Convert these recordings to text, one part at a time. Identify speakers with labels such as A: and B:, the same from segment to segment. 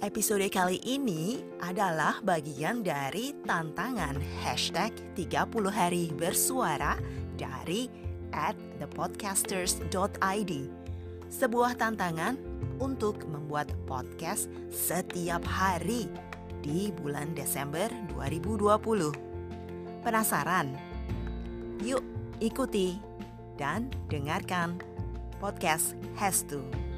A: Episode kali ini adalah bagian dari tantangan hashtag 30 hari bersuara dari @thepodcasters.id. Sebuah tantangan untuk membuat podcast setiap hari di bulan Desember 2020. Penasaran? Yuk ikuti dan dengarkan podcast Has To.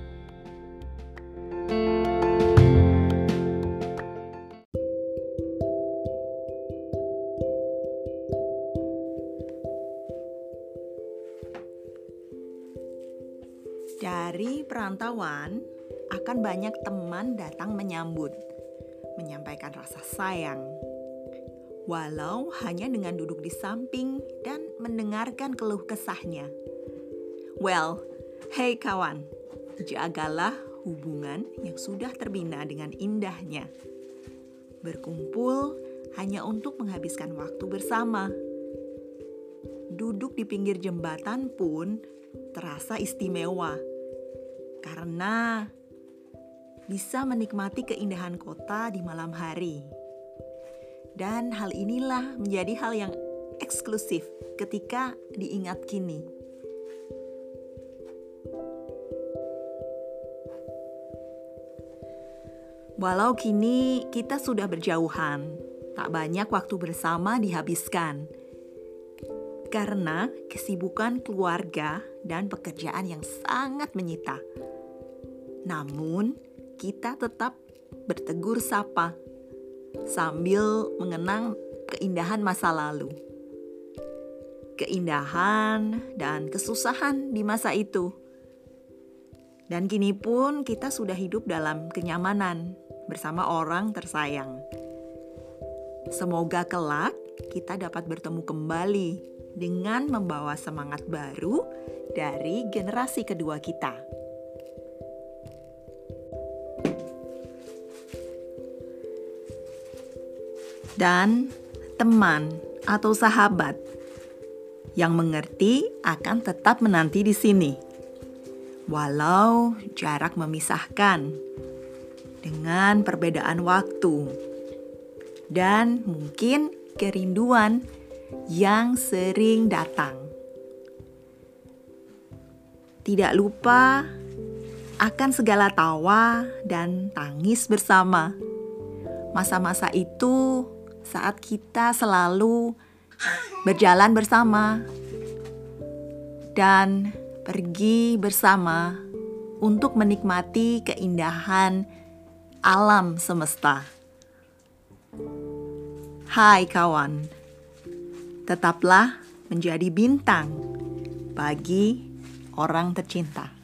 A: Dari perantauan, akan banyak teman datang menyambut, menyampaikan rasa sayang. Walau hanya dengan duduk di samping dan mendengarkan keluh kesahnya. Well, hey kawan, jagalah hubungan yang sudah terbina dengan indahnya. Berkumpul hanya untuk menghabiskan waktu bersama. Duduk di pinggir jembatan pun terasa istimewa. Karena bisa menikmati keindahan kota di malam hari. Dan hal inilah menjadi hal yang eksklusif ketika diingat kini. Walau kini kita sudah berjauhan, tak banyak waktu bersama dihabiskan. Karena kesibukan keluarga dan pekerjaan yang sangat menyita. Namun, kita tetap bertegur sapa sambil mengenang keindahan masa lalu. Keindahan dan kesusahan di masa itu. Dan kini pun kita sudah hidup dalam kenyamanan bersama orang tersayang. Semoga kelak kita dapat bertemu kembali dengan membawa semangat baru dari generasi kedua kita. Dan teman atau sahabat yang mengerti akan tetap menanti di sini. Walau jarak memisahkan dengan perbedaan waktu dan mungkin kerinduan yang sering datang. Tidak lupa akan segala tawa dan tangis bersama. Masa-masa itu saat kita selalu berjalan bersama dan pergi bersama untuk menikmati keindahan alam semesta. Hai kawan, tetaplah menjadi bintang bagi orang tercinta.